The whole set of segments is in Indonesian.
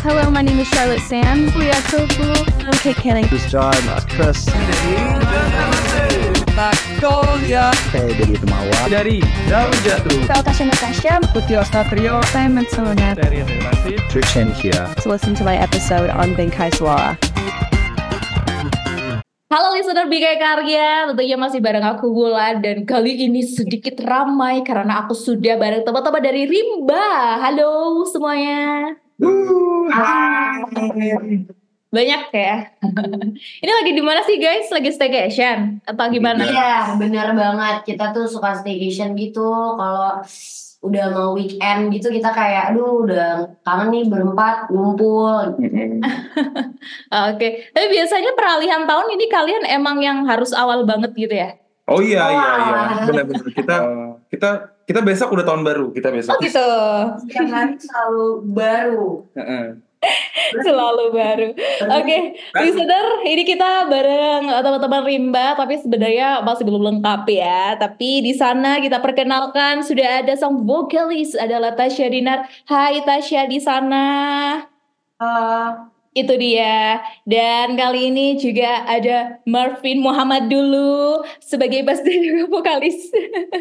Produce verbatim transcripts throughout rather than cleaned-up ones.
Hello, my name is Charlotte Sands. We are so cool. I'm Kate Canning. This is John. That's Chris. Magnolia. Saya dari Temawa. Dari Daun Jatuh. Saya Tasha Natasha. Putih Ostatrio. Saya Matsunaga. Dari Relasi. Trishan here. To listen to my episode on Bengkai Suara. Halo listener Bingkai Karya, tentunya masih bareng aku Wulan dan kali ini sedikit ramai karena aku sudah bareng teman-teman dari Rimba. Halo semuanya. Banyak ya. Ini lagi di mana sih guys? Lagi staycation atau gimana? Iya, benar banget. Kita tuh suka staycation gitu. Kalau udah mau weekend gitu kita kayak aduh udah kangen nih berempat ngumpul. Oke. Tapi biasanya peralihan tahun ini kalian emang yang harus awal banget gitu ya? Oh iya Wah. iya iya benar-benar kita kita kita besok udah tahun baru kita besok. Oh gitu. Setiap hari selalu baru. Selalu baru. Oke, listener, ini kita bareng teman-teman Rimba, tapi sebenarnya masih belum lengkap ya. Tapi di sana kita perkenalkan sudah ada sang vokalis, adalah Tasya Dinar. Hai Tasya di sana. Uh, Itu dia. Dan kali ini juga ada Marvin Muhammad dulu sebagai bass dan juga vokalis.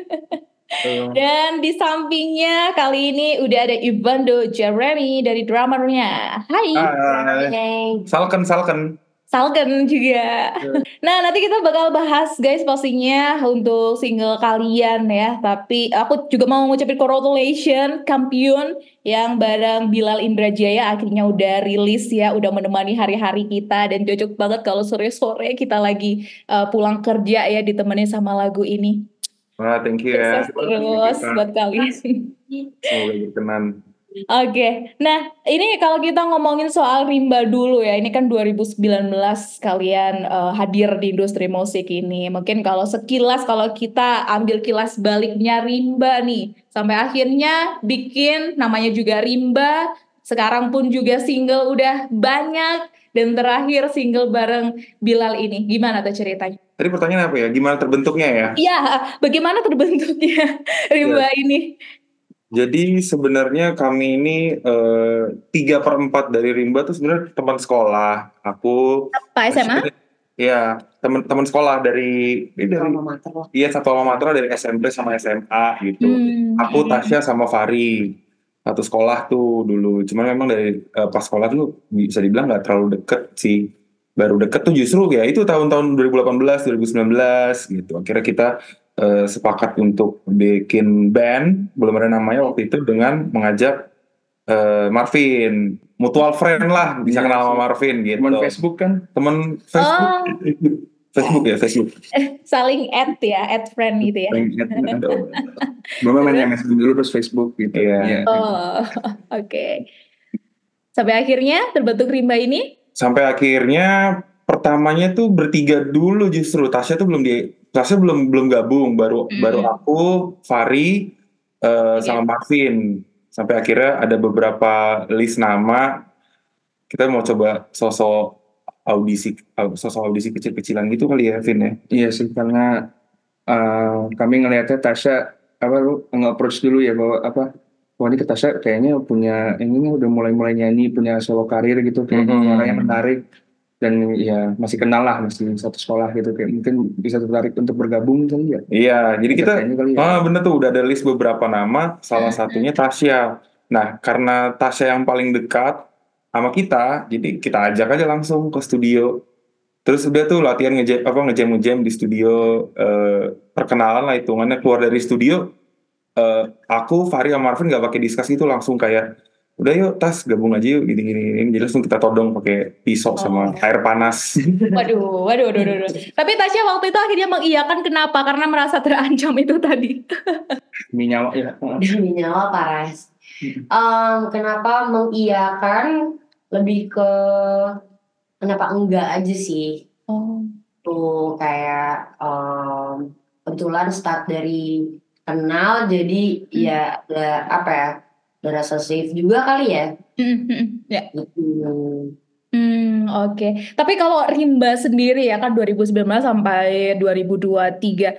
Dan di sampingnya kali ini udah ada Ivando Jeremy dari drummernya. Hai. Hai. Salken Salken. Salken juga. Nah nanti kita bakal bahas guys pastinya untuk single kalian ya. Tapi aku juga mau ngucapin congratulations Kampiun yang bareng Bilal Indrajaya akhirnya udah rilis ya. Udah menemani hari-hari kita dan cocok banget kalau sore-sore kita lagi uh, pulang kerja ya ditemenin sama lagu ini. Wah, thank you ya. Sukses terus buat kalian. Semoga berkenan. Oke, nah ini kalau kita ngomongin soal Rimba dulu ya, ini kan dua ribu sembilan belas kalian uh, hadir di industri musik ini. Mungkin kalau sekilas, kalau kita ambil kilas baliknya Rimba nih, sampai akhirnya bikin namanya juga Rimba, sekarang pun juga single udah banyak, dan terakhir single bareng Bilal ini. Gimana tuh ceritanya? Tadi pertanyaan apa ya? Gimana terbentuknya ya? Iya, bagaimana terbentuknya Rimba Ya. ini? Jadi sebenarnya kami ini eh, tiga per empat dari Rimba tuh sebenarnya teman sekolah. Aku Apa S M A? Iya, teman-teman sekolah dari ini dari Alma mater lah. iya satu alma mater dari S M P sama S M A gitu. Hmm. Aku Tasya sama Fari satu sekolah tuh dulu. Cuman memang dari eh, pas sekolah tuh bisa dibilang nggak terlalu deket sih. Baru deket tuh justru ya itu tahun-tahun dua ribu delapan belas, dua ribu sembilan belas gitu. Akhirnya kita eh, sepakat untuk bikin band, belum ada namanya waktu itu, dengan mengajak eh, Marvin, mutual friend lah, bisa Iya, kenal sama sih. Marvin gitu. Teman Facebook kan? Temen Facebook. Oh. Facebook ya, Facebook. Saling add ya, add friend gitu ya. Belum main M S N dulu terus Facebook gitu. Iya. Oh, oke. Sampai akhirnya terbentuk Rimba ini. Sampai akhirnya pertamanya tuh bertiga dulu justru. Tasya tuh belum di Tasya belum belum gabung, baru Hmm. baru aku, Fari eh, Oke. sama Marvin. Sampai akhirnya ada beberapa list nama. Kita mau coba sosok audisi sosok audisi kecil-kecilan gitu kali ya, Vin ya. Iya sih, karena uh, kami ngelihatnya Tasya apa lu nge-approach dulu ya bahwa apa wah ini ke Tasya kayaknya punya ini nih udah mulai-mulai nyanyi, punya solo karir gitu, kayak Mhm. suaranya menarik dan ya masih kenal lah, masih satu sekolah gitu, kayak mungkin bisa tertarik untuk bergabung kali ya. Iya, jadi kita Kayaknya kali ya. ah bener tuh udah ada list beberapa nama, salah satunya Tasya. Nah, karena Tasya yang paling dekat sama kita, jadi kita ajak aja langsung ke studio. Terus udah tuh latihan ngejam apa ngejam ngejam di studio, eh, perkenalan lah hitungannya. Keluar dari studio, eh, aku Fahri sama Marvin nggak pakai discuss gitu, langsung kayak udah yuk Tas gabung aja yuk gini gini gini. Jadi langsung kita todong pakai pisau sama Oh. air panas. Waduh, waduh, waduh, waduh, waduh. Tapi Tasya waktu itu akhirnya mengiyakan, kenapa? Karena merasa terancam itu tadi. Demi nyawa ya. Demi nyawa Paras. Em, kenapa mengiyakan lebih ke kenapa enggak aja sih. Oh. Tuh kayak em, kebetulan start dari kenal jadi ya ada apa ya, ada rasa safe juga kali ya Ya. gitu. Hmm, oke. Tapi kalau Rimba sendiri ya kan dua ribu sembilan belas sampai dua ribu dua puluh tiga,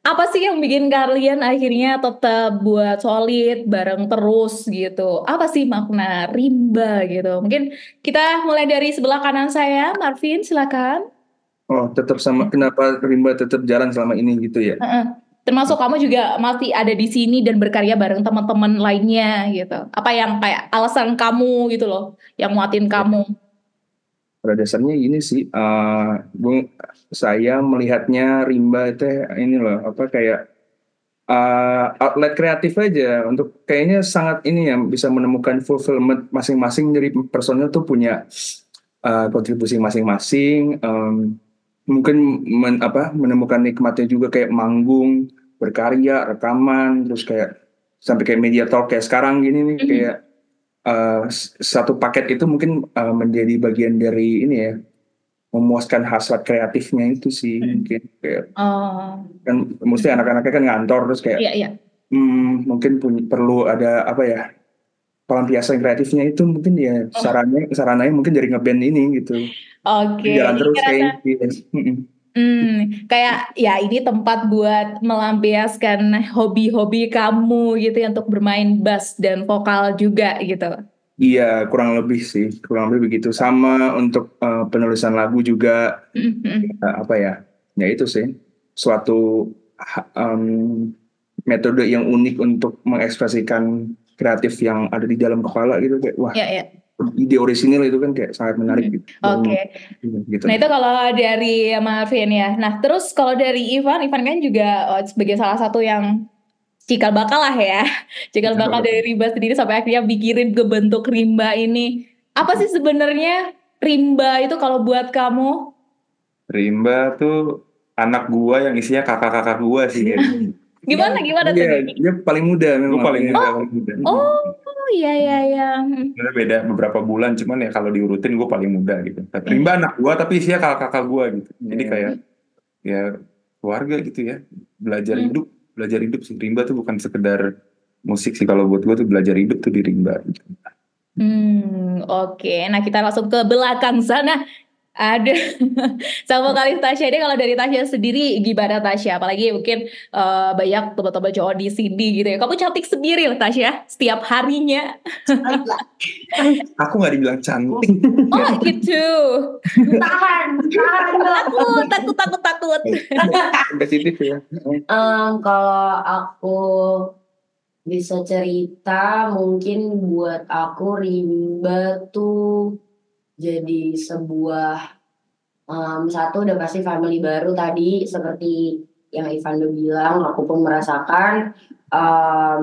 apa sih yang bikin kalian akhirnya tetap buat solid bareng terus gitu? Apa sih makna rimba gitu? Mungkin kita mulai dari sebelah kanan saya, Marvin, silakan. Oh, tetap sama. Kenapa Rimba tetap jalan selama ini gitu ya? Heeh. Termasuk kamu juga masih ada di sini dan berkarya bareng teman-teman lainnya gitu. Apa yang kayak alasan kamu gitu loh, yang muatin kamu? Pada dasarnya ini sih, eh, Bung, saya melihatnya Rimba itu ini loh, apa kayak eh, outlet kreatif aja untuk kayaknya sangat ini ya bisa menemukan fulfillment masing-masing dari personel tuh punya eh, kontribusi masing-masing. Em, mungkin men- apa menemukan nikmatnya juga kayak manggung, berkarya, rekaman, terus kayak sampai kayak media talk kayak sekarang gini nih Mhm. kayak eh, s- satu paket itu mungkin eh, menjadi bagian dari ini ya memuaskan hasrat kreatifnya itu sih mungkin kayak Oh, kan mesti anak-anaknya kan ngantor terus kayak iya iya. hmm, mungkin punya, perlu ada apa ya pelampiasan kreatifnya itu mungkin ya Oh, sarannya sarananya mungkin dari ngeband ini gitu oke. jalan Jadi terus ngerasa, kayak gitu. Mm-mm. hmm, kayak ya ini tempat buat melampiaskan hobi-hobi kamu gitu ya untuk bermain bass dan vokal juga gitu. Iya kurang lebih sih kurang lebih begitu sama untuk eh, penulisan lagu juga Mhm. eh, apa ya ya itu sih suatu ha- em, metode yang unik untuk mengekspresikan kreatif yang ada di dalam kepala gitu kayak wah Ya ya. ide orisinil itu kan kayak sangat menarik Mhm. gitu Oke. dan gitu. Nah itu kalau dari Marvin ya. Nah terus kalau dari Ivan, Ivan kan juga oh, sebagai salah satu yang cikal bakal lah ya. Cikal bakal dari Rimba sendiri sampai akhirnya bikin kebentuk Rimba ini. Apa sih sebenarnya Rimba itu kalau buat kamu? Rimba tuh anak gua yang isinya kakak-kakak gua sih kayaknya. Gimana gimana tuh? Iya, dia paling muda Gua memang. paling Ya. muda, paling muda. Oh iya iya iya. Hmm. Sebenarnya beda beberapa bulan, cuman ya kalau diurutin gue paling muda gitu. Tapi Iya. Rimba anak gue, tapi isinya kakak-kakak gue gitu. Jadi Iya. kayak ya keluarga gitu ya, belajar Hmm. hidup, belajar hidup sih. Rimba tuh bukan sekedar musik sih, kalau buat gue tuh belajar hidup tuh di Rimba. Gitu. Hmm, oke. Nah, kita langsung ke belakang sana. Ada sama kali Tasya ini kalau dari Tasya sendiri gimana Tasya? Apalagi mungkin eh, banyak teman-teman cowok di sini gitu ya. Kamu cantik sendiri loh Tasya setiap harinya. Baiklah. Aku nggak dibilang cantik. Oh gitu. Tahan, tahan dong. Takut, takut, takut, takut. Kompetitif ya. Em, kalau aku bisa cerita, mungkin buat aku Rimba tuh jadi sebuah em, satu udah pasti family baru tadi seperti yang Ivan udah bilang, aku pun merasakan. Em,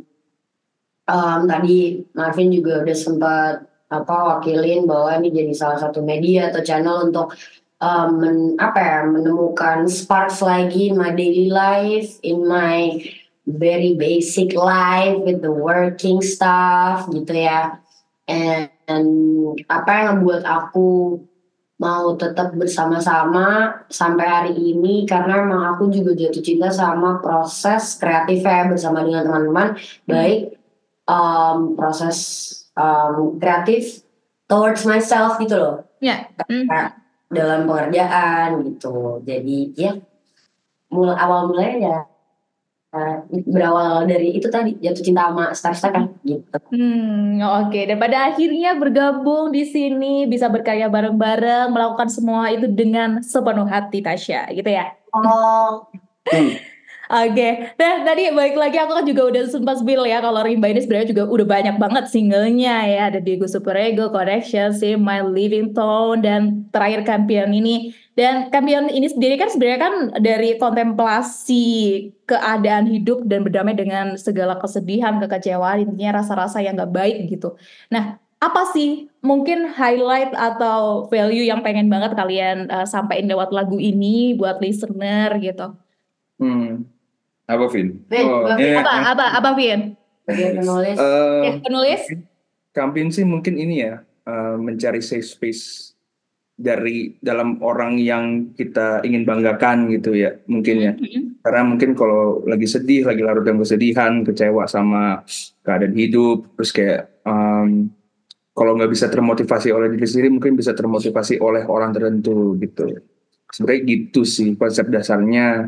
em, tadi Marvin juga udah sempat apa wakilin bahwa ini jadi salah satu media atau channel untuk um, men- apa ya menemukan sparks lagi in my daily life, in my very basic life with the working stuff gitu ya. And, and apa yang membuat aku mau tetap bersama-sama sampai hari ini karena emang aku juga jatuh cinta sama proses kreatifnya bersama dengan teman-teman, baik um, proses um, kreatif towards myself gitu loh. Ya. Hmm. Kayak dalam pengerjaan gitu. Jadi ya mulai awal mulai ya uh, berawal dari itu tadi jatuh cinta sama step-step kan gitu. Hmm, oke. Dan pada akhirnya bergabung di sini bisa berkarya bareng-bareng, melakukan semua itu dengan sepenuh hati Tasya, gitu ya. Oh, Hmm. Oke, nah tadi balik lagi aku kan juga udah sempat spill ya kalau Rimba ini sebenarnya juga udah banyak banget singlenya ya, ada Diego Super Ego, Connection, See My Living Tone, dan terakhir Campion ini. Dan Campion ini sendiri kan sebenarnya kan dari kontemplasi keadaan hidup dan berdamai dengan segala kesedihan, kekecewaan, intinya rasa-rasa yang gak baik gitu. Nah, apa sih mungkin highlight atau value yang pengen banget kalian uh, sampaikan lewat lagu ini buat listener gitu? Hmm. Apa Vin? Vin, Oh, Mbak Vin, iya. Apa, apa, apa, Vin? sebagai penulis. Eh, Ya, penulis? Kampion sih mungkin ini ya eh, mencari safe space dari dalam orang yang kita ingin banggakan gitu ya mungkin ya Mhm. karena mungkin kalau lagi sedih lagi larut dalam kesedihan kecewa sama keadaan hidup terus kayak em, kalau nggak bisa termotivasi oleh diri sendiri mungkin bisa termotivasi oleh orang tertentu gitu sebenarnya gitu sih konsep dasarnya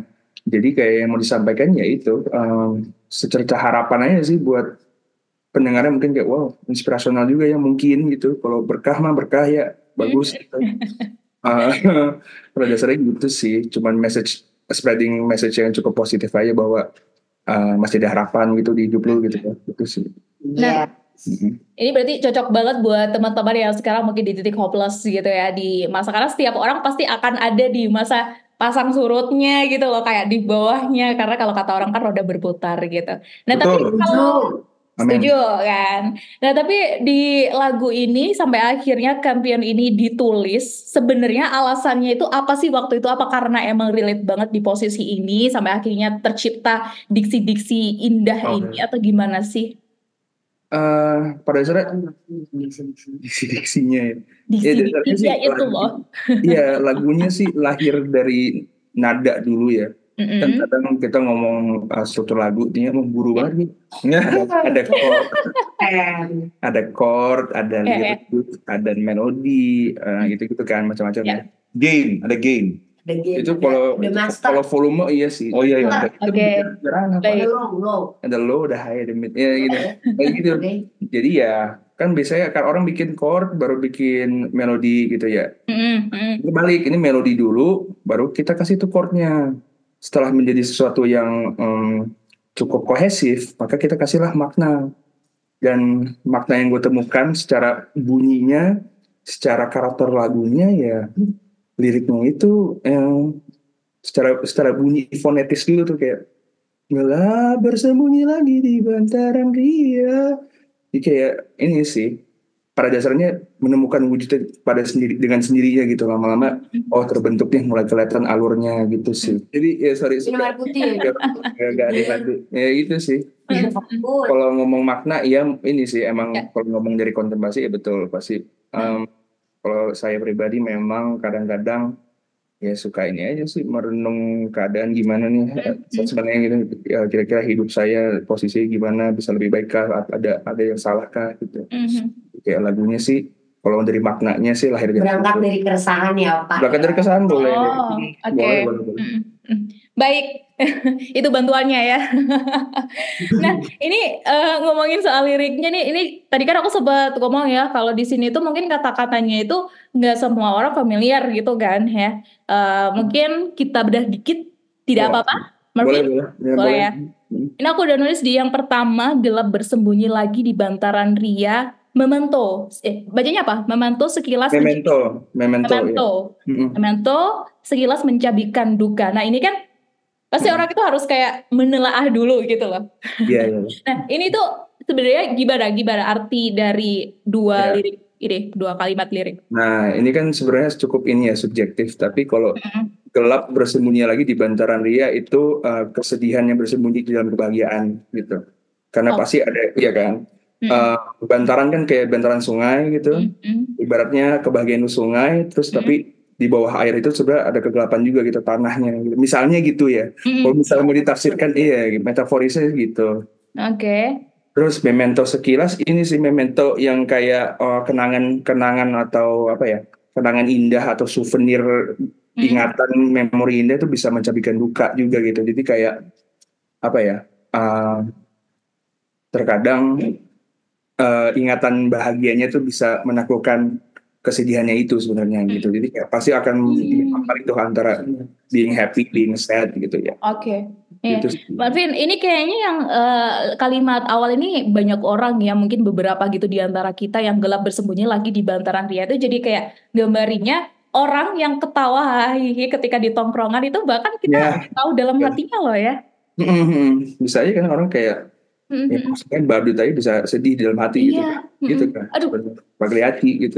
Jadi kayak yang mau disampaikan ya itu um, secerca harapan aja sih buat pendengarnya, mungkin kayak wow inspirasional juga ya mungkin gitu. Kalau berkah mah berkah ya bagus gitu. Uh, pada dasarnya gitu sih, cuman message spreading message yang cukup positif aja bahwa uh, masih ada harapan gitu di hidup lu gitu ya. Itu sih. Nah, Mhm. ini berarti cocok banget buat teman-teman yang sekarang mungkin di titik hopeless gitu ya di masa, karena setiap orang pasti akan ada di masa pasang surutnya gitu loh, kayak di bawahnya, karena kalau kata orang kan roda berputar gitu. Nah tapi Betul. kalau Amin. setuju kan. Nah tapi di lagu ini sampai akhirnya Champion ini ditulis, sebenarnya alasannya itu apa sih waktu itu? Apa karena emang relate banget di posisi ini sampai akhirnya tercipta diksi-diksi indah Oh. ini, atau gimana sih? Uh, pada dasarnya diksi-diksinya ya. Ya, dasarnya sih Diksi-diksinya itu lagu- loh. Iya, lagunya sih lahir dari nada dulu ya. Kan Mm-mm. kadang kita ngomong uh, struktur lagu, dia memburu banget nih. Ada, ada chord, ada chord, ada Ya, ya. lirik, ada melodi, uh, gitu-gitu kan macam-macam Ya. ya. Gain, ada gain. Ada game, Itu ada- kalau ada master, kalau volume iya sih. Oh iya, iya. Ada, itu Oke. jarang apa. Baik. ada low, low. Ada low, ada high, ada mid, ya gitu. Kayak gitu. Oke. Jadi ya kan biasanya kan orang bikin chord baru bikin melodi gitu ya. Mm-mm, mm-mm. Ini balik, ini melodi dulu, baru kita kasih tuh chordnya. Setelah menjadi sesuatu yang em, cukup kohesif, maka kita kasihlah makna. Dan makna yang gue temukan secara bunyinya, secara karakter lagunya ya liriknya itu yang secara secara bunyi fonetis dulu tuh kayak gelap bersembunyi lagi di bantaran ria. Jadi kayak ini sih pada dasarnya menemukan wujudnya pada sendiri dengan sendirinya gitu, lama-lama oh terbentuk nih, mulai kelihatan alurnya gitu sih. Jadi ya sorry sih Minum air putih. gak, gak ada lagi ya gitu sih. Fokus. Kalau ngomong makna ya ini sih emang Ya. kalau ngomong dari kontemplasi ya betul pasti. Em, kalau saya pribadi memang kadang-kadang ya suka ini aja sih, merenung keadaan gimana nih Hmm. sebenarnya gitu ya, kira-kira hidup saya posisinya gimana, bisa lebih baik kah, ada ada yang salah kah gitu. Mhm. Kayak lagunya sih kalau dari maknanya sih lahir dari Berangkat situ. dari keresahan ya Pak. Berangkat dari kesan boleh deh. Oh, oke. Boleh, boleh, boleh. Mm, mm. Baik, itu bantuannya ya. Nah, ini eh, ngomongin soal liriknya nih, ini tadi kan aku sempat ngomong ya, kalau di sini tuh mungkin kata-katanya itu nggak semua orang familiar gitu kan ya. Eh, mungkin kita bedah dikit, tidak Oh, apa-apa, Boleh, Marvin? boleh. Ya, Boleh ya? Hmm. Ini aku udah nulis di yang pertama, gelap bersembunyi lagi di bantaran ria, memento. Eh, bacanya apa? Memento sekilas Memento, memento, ya. Memento. Mm-mm. Memento sekilas mencabikan duka. Nah ini kan pasti Hmm. orang itu harus kayak menelaah dulu gitu loh. Iya, iya. Nah ini tuh sebenarnya gimana gimana arti dari dua Ya. lirik ini, dua kalimat lirik. Nah, ini kan sebenarnya cukup ini ya subjektif, tapi kalau Mm-mm. gelap bersembunyi lagi di bantaran ria itu uh, kesedihan yang bersembunyi di dalam kebahagiaan gitu. Karena Oh. pasti ada, iya kan? Mm-mm. Uh, bantaran kan kayak bantaran sungai gitu. Mm-mm. Ibaratnya kebahagiaan itu sungai, terus Mm-mm. tapi di bawah air itu sebenarnya ada kegelapan juga gitu tanahnya. Gitu. Misalnya gitu ya. Mm-mm. Kalau misalnya mau ditafsirkan, iya, metaforisnya gitu. Oke. Terus memento sekilas ini sih memento yang kayak oh, kenangan-kenangan atau apa ya, kenangan indah atau souvenir Mm. ingatan memori indah itu bisa mencabikan duka juga gitu. Jadi kayak apa ya, uh, terkadang uh, ingatan bahagianya tuh bisa menaklukkan kesedihannya itu sebenarnya gitu. Jadi kayak pasti akan Hmm. apa itu antara being happy, being sad gitu ya. Oke. Iya. Gitu sih. Marvin, ini kayaknya yang eh, kalimat awal ini banyak orang ya, mungkin beberapa gitu di antara kita yang gelap bersembunyi lagi di bantaran ria itu jadi kayak gambarinya orang yang ketawa hihi ketika di tongkrongan itu, bahkan kita Ya. tahu dalam Ya. hatinya loh ya. Mm-mm. Bisa aja kan orang kayak Mhm. ya, maksudnya badut aja bisa sedih di dalam hati gitu Iya. kan. Gitu Mhm. kan. Aduh. Pagliati gitu.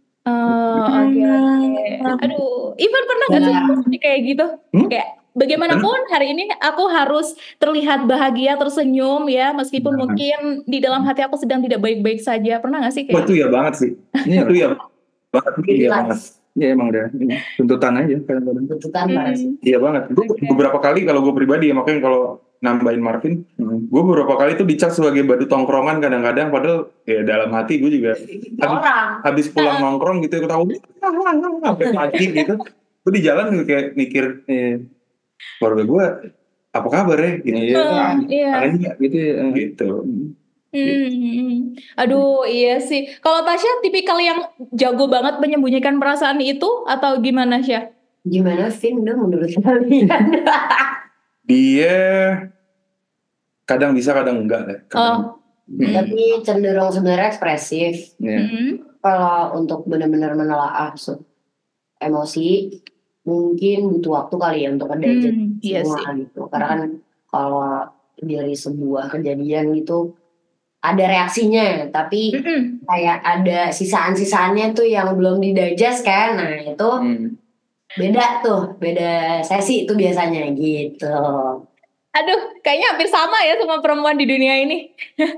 Oh, oke oke. Aduh, Ivan pernah nggak sih Ya. ngomong kayak gitu? Hmm? Kayak bagaimanapun hari ini aku harus terlihat bahagia, tersenyum ya, meskipun Nah. mungkin di dalam hati aku sedang tidak baik-baik saja. Pernah nggak sih Wah, kayak itu ya banget sih. Iya, Itu ya banget. Iya banget. iya emang udah ini, tuntutan aja kadang-kadang. Tuntutan Hmm. parah sih. Iya banget. Gue beberapa kali kalau gue pribadi ya, makanya kalau nambahin Marvin, Hmm. gue beberapa kali tuh dicap sebagai badut tongkrongan kadang-kadang, padahal ya dalam hati gue juga Orang. habis pulang nongkrong gitu ketawa sampai pagi gitu. Gue di jalan kayak mikir, Iya. keluarga gue apa kabar ya gitu. Iya, Oh, iya. kangen nggak gitu ya. Gitu. Hmm, aduh iya sih. Kalau Tasya tipikal yang jago banget menyembunyikan perasaan itu atau gimana Syah? Gimana Vin dong menurut kalian? Dia kadang bisa kadang enggak ya. Kadang Oh, hmm. Tapi cenderung sebenarnya ekspresif. Iya. Hmm. Kalau untuk benar-benar menelaah se- emosi, mungkin butuh waktu kali ya untuk ada Hmm, iya sih. semua gitu. Karena kan kalau dari sebuah kejadian gitu ada reaksinya, tapi Mm-mm. kayak ada sisaan-sisaannya tuh yang belum didigest kan. Nah itu Hmm. beda tuh, beda sesi itu biasanya gitu. Aduh, kayaknya hampir sama ya sama perempuan di dunia ini.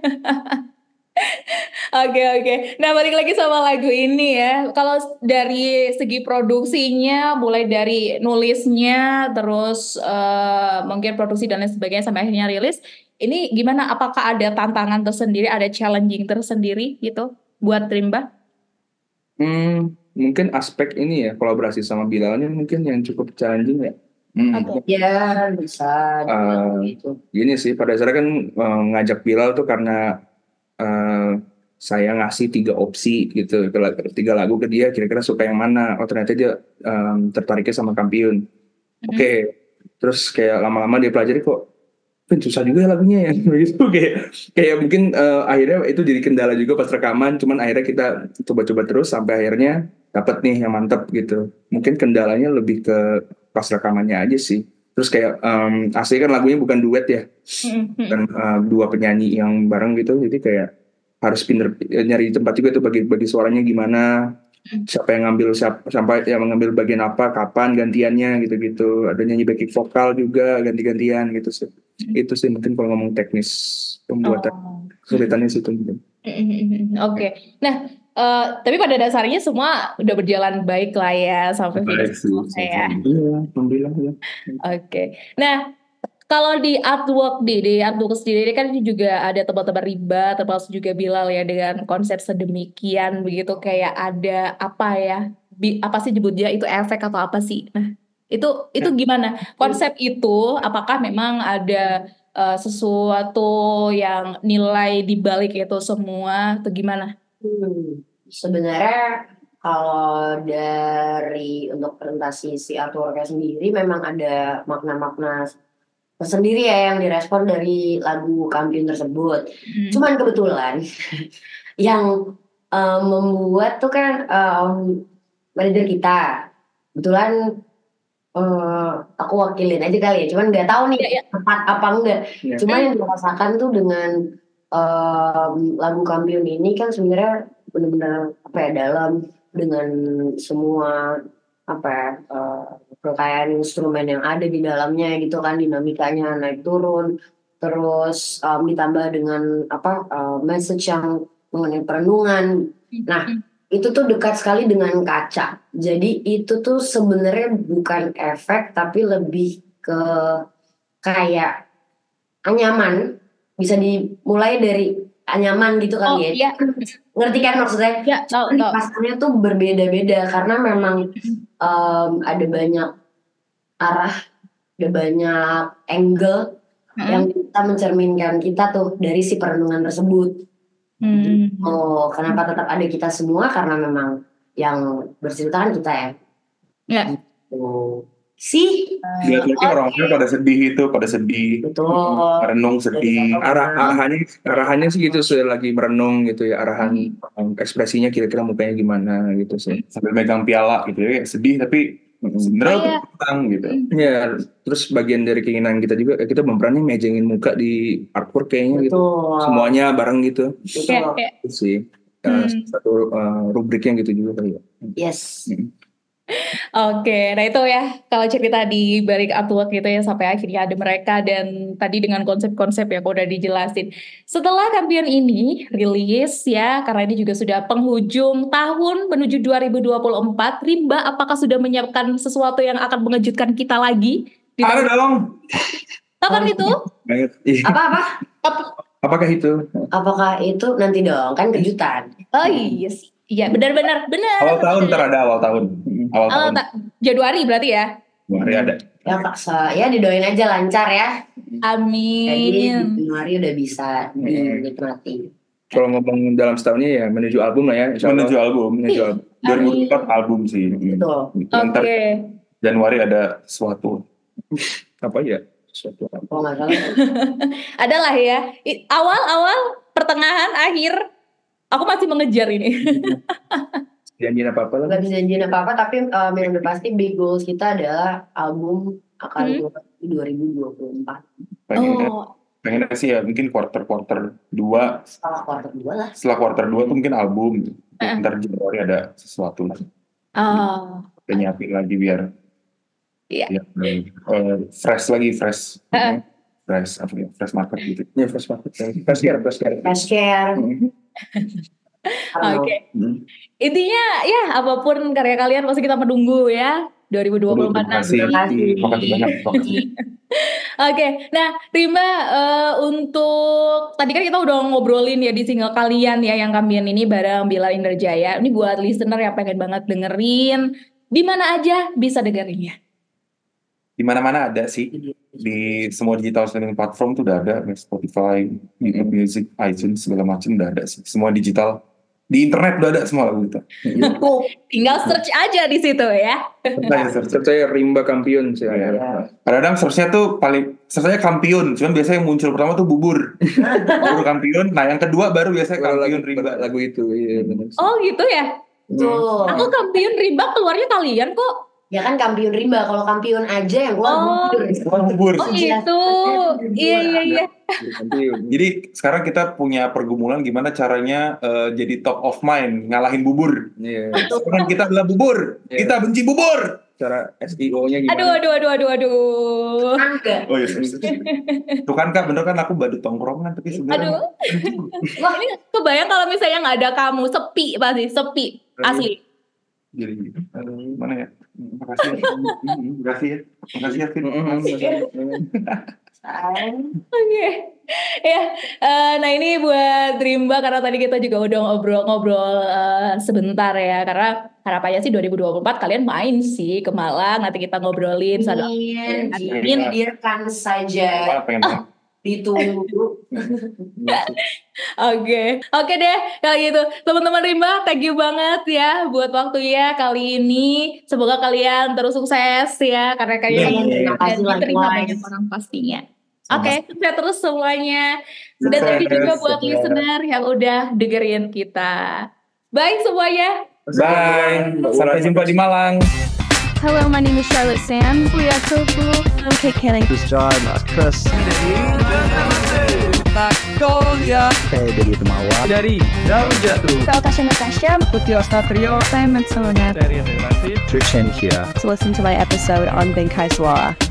Oke oke. Nah balik lagi sama lagu ini ya. Kalau dari segi produksinya, mulai dari nulisnya, terus eh, mungkin produksi dan lain sebagainya sampai akhirnya rilis. Ini gimana? Apakah ada tantangan tersendiri, ada challenging tersendiri gitu buat Rimba? Hmm, mungkin aspek ini ya kolaborasi sama Bilalnya mungkin yang cukup challenging ya. Hmm. Oke. Ya bisa dibilang Eh, gitu. Gini sih pada dasarnya kan eh, ngajak Bilal tuh karena eh, saya ngasih tiga opsi gitu ke lag- tiga lagu ke dia kira-kira suka yang mana. Oh ternyata dia em, tertariknya sama Kampiun. Oke, terus kayak lama-lama dia pelajari kok "Vin, susah juga ya lagunya ya." Begitu kayak kayak mungkin eh, akhirnya itu jadi kendala juga pas rekaman. Cuman akhirnya kita coba-coba terus sampai akhirnya dapat nih yang mantep gitu. Mungkin kendalanya lebih ke pas rekamannya aja sih. Terus kayak em, asli kan lagunya bukan duet ya, Mm-mm. dan eh, dua penyanyi yang bareng gitu. Jadi kayak harus pinter eh, nyari tempat juga tuh bagi bagi suaranya gimana, siapa yang ngambil siapa sampai yang mengambil bagian apa, kapan gantiannya gitu-gitu. Ada nyanyi backing vokal juga ganti-gantian gitu sih. Itu sih mungkin kalau ngomong teknis pembuatan Oh. kesulitannya sih itu mungkin. Mm-mm. Oke. Nah, eh, tapi pada dasarnya semua udah berjalan baik lah ya sampai Baik finish sih, selesai ya. Iya, alhamdulillah ya. Oke. Nah, kalau di artwork di di artwork sendiri kan ini juga ada tebal-tebal riba, termasuk juga Bilal ya dengan konsep sedemikian begitu kayak ada apa ya? Bi- apa sih nyebutnya itu efek atau apa sih? Nah, itu itu gimana? Konsep itu apakah memang ada eh, sesuatu yang nilai di balik itu semua atau gimana? Hmm, sebenarnya kalau dari untuk presentasi si artworknya sendiri memang ada makna-makna tersendiri ya yang direspon dari lagu Kampiun tersebut. Hmm. Cuman kebetulan yang eh, membuat tuh kan em, manajer kita. Kebetulan eh, aku wakilin aja kali ya. Cuman nggak tahu nih Iya, iya. tepat apa enggak. Iya. Cuma yang dirasakan tuh dengan em, lagu Kampiun ini kan sebenarnya benar-benar apa ya dalam dengan semua apa ya, eh, rangkaian instrumen yang ada di dalamnya gitu kan dinamikanya naik turun terus em, ditambah dengan apa eh, message yang mengenai perenungan. Nah itu tuh dekat sekali dengan kaca. Jadi itu tuh sebenarnya bukan efek tapi lebih ke kayak anyaman. Bisa dimulai dari anyaman gitu Oh kali ya. iya, Ngerti kan maksudnya? ya tahu tahu. Pasarnya tuh berbeda-beda karena memang em, ada banyak arah, ada banyak angle yang bisa mencerminkan kita tuh dari si perenungan tersebut. Hmm. Oh, kenapa tetap ada kita semua? Karena memang yang bercerita kan kita ya. Ya. Oh, sih. Lihat lagi orang-orang pada sedih itu, pada sedih, Betul. merenung sedih. Arah arahannya arahannya sih gitu sih lagi merenung gitu ya arahan um, ekspresinya kira-kira mukanya gimana gitu sih. Sambil megang piala gitu ya, kayak sedih tapi sebenarnya Oh, iya. tuh tenang gitu. Ya, terus bagian dari keinginan kita juga kita berani mejengin muka di artwork kayaknya gitu. Betul. Semuanya bareng gitu. Betul. Ya, ya. Itu sih. Uh, Hmm. satu uh, rubriknya gitu juga kali ya. Yes. Oke, nah itu ya kalau cerita di balik artwork gitu ya sampai akhirnya ada mereka dan tadi dengan konsep-konsep yang udah dijelasin. Setelah Kampiun ini rilis ya, karena ini juga sudah penghujung tahun menuju dua ribu dua puluh empat, Rimba apakah sudah menyiapkan sesuatu yang akan mengejutkan kita lagi? Di Ada tahun dong. kapan itu? Banget. Ih, Apa-apa? Ap- apakah itu? Apakah itu nanti dong? Kan kejutan. Oh iya sih, iya benar-benar benar. Awal tahun ntar ada awal tahun. Awal Oh, tahun. tak- Januari berarti ya? Januari ada. Ya paksa, ya didoain aja lancar ya. Jadi Amin. di Januari udah bisa dinikmati. Kalau ngomong dalam setahunnya ya menuju album lah ya. insya Allah. Menuju album. Menuju album. dua ribu dua puluh empat album sih. Betul. Ntar Oke. Januari ada sesuatu. Apa ya? Sesuatu apa? Kalau nggak salah. Adalah ya. I- Awal-awal, pertengahan, akhir. Aku masih mengejar ini. Janjiin apa apa lah. Nggak bisa janjiin apa-apa, tapi um, yang udah pasti big goals kita adalah album akan Hmm. keluar di dua ribu dua puluh empat. Pengennya, Oh, pengennya sih ya mungkin quarter-quarter dua. Setelah quarter dua lah. Setelah quarter dua tuh mungkin album. Eh. Ntar Januari ada sesuatu lah. oh. Kita nyiapin lagi biar Iya. ya, eh, fresh lagi, fresh. Eh. Fresh, apa ya, fresh market gitu. Ya first market. First care, first care. Cash care. Hmm. Oke. Hmm. Intinya ya apapun karya kalian pasti kita menunggu ya. dua ribu dua puluh empat Terima nanti. kasih. Terima kasih. Terima kasih banyak. Terima kasih. Oke, nah Rimba eh, untuk tadi kan kita udah ngobrolin ya di single kalian ya yang kalian ini bareng Bila Inderjaya. Ini buat listener yang pengen banget dengerin, di mana aja bisa dengerinnya. Di mana-mana ada sih, di semua digital streaming platform tuh udah ada, Spotify, YouTube Music, iTunes segala macam udah ada sih. Semua digital di internet udah ada semua lagu itu. YouTube. Tinggal search aja di situ ya. Saya search. Saya Rimba Kampion sih. Iya. ya. Kadang-kadang searchnya tuh paling, searchnya Kampion, cuman biasanya yang muncul pertama tuh bubur, bubur Kampion. Nah yang kedua baru biasanya Kalau lagu, Kampion Rimba. lagu itu, iya benar. Oh gitu ya. Betul. Aku Kampion Rimba keluarnya kalian kok. Ya kan Kampion Rimba, kalau Kampion aja yang keluar Oh. bubur. Bukan bubur. Oh gitu. Iya iya iya. Kampion. Jadi sekarang kita punya pergumulan gimana caranya eh, jadi top of mind, ngalahin bubur. Iya. Sekarang kita adalah bubur, Iya. kita benci bubur. Cara S E O-nya gimana? Aduh aduh aduh aduh aduh. Angga. Oh iya, tuh kan Kak, bener kan aku badut tongkrongan tapi sebenarnya Aduh. Wah ini kebayang kalau misalnya nggak ada kamu, sepi pasti sepi asli. jadi gitu. Aduh, mana ya? Makasih ya. Makasih ya. Makasih ya, Vin. Sayang. Oke, ya. eh, nah ini buat Rimba karena tadi kita juga udah ngobrol-ngobrol eh, sebentar ya. Karena harapannya sih dua ribu dua puluh empat kalian main sih ke Malang. Nanti kita ngobrolin. Sadar. Amin. Amin. Dihadirkan saja. Apa pengen Ditunggu. Oke, oke deh kalau gitu teman-teman Rimba, thank you banget ya buat waktunya kali ini. Semoga kalian terus sukses ya karena kalian Amin. Terima kasih, dan diterima likewise. banyak orang pastinya. Oke, sukses terus semuanya. Dan thank you juga Sukses, buat sukses. listener yang udah dengerin kita. Bye semuanya. Bye. Sampai jumpa di Malang. Hello, my name is Charlotte Sam. We are so cool. I'm Kate Canning. Terus John, Mas Chris. Saya dari Temawa. Dari Daun Jatuh. Saya Tasha Natasha. Putih Ostatrio. Saya Matsona. Dari Relasi. Trishan here. To listen to my episode on Bengkai Suara.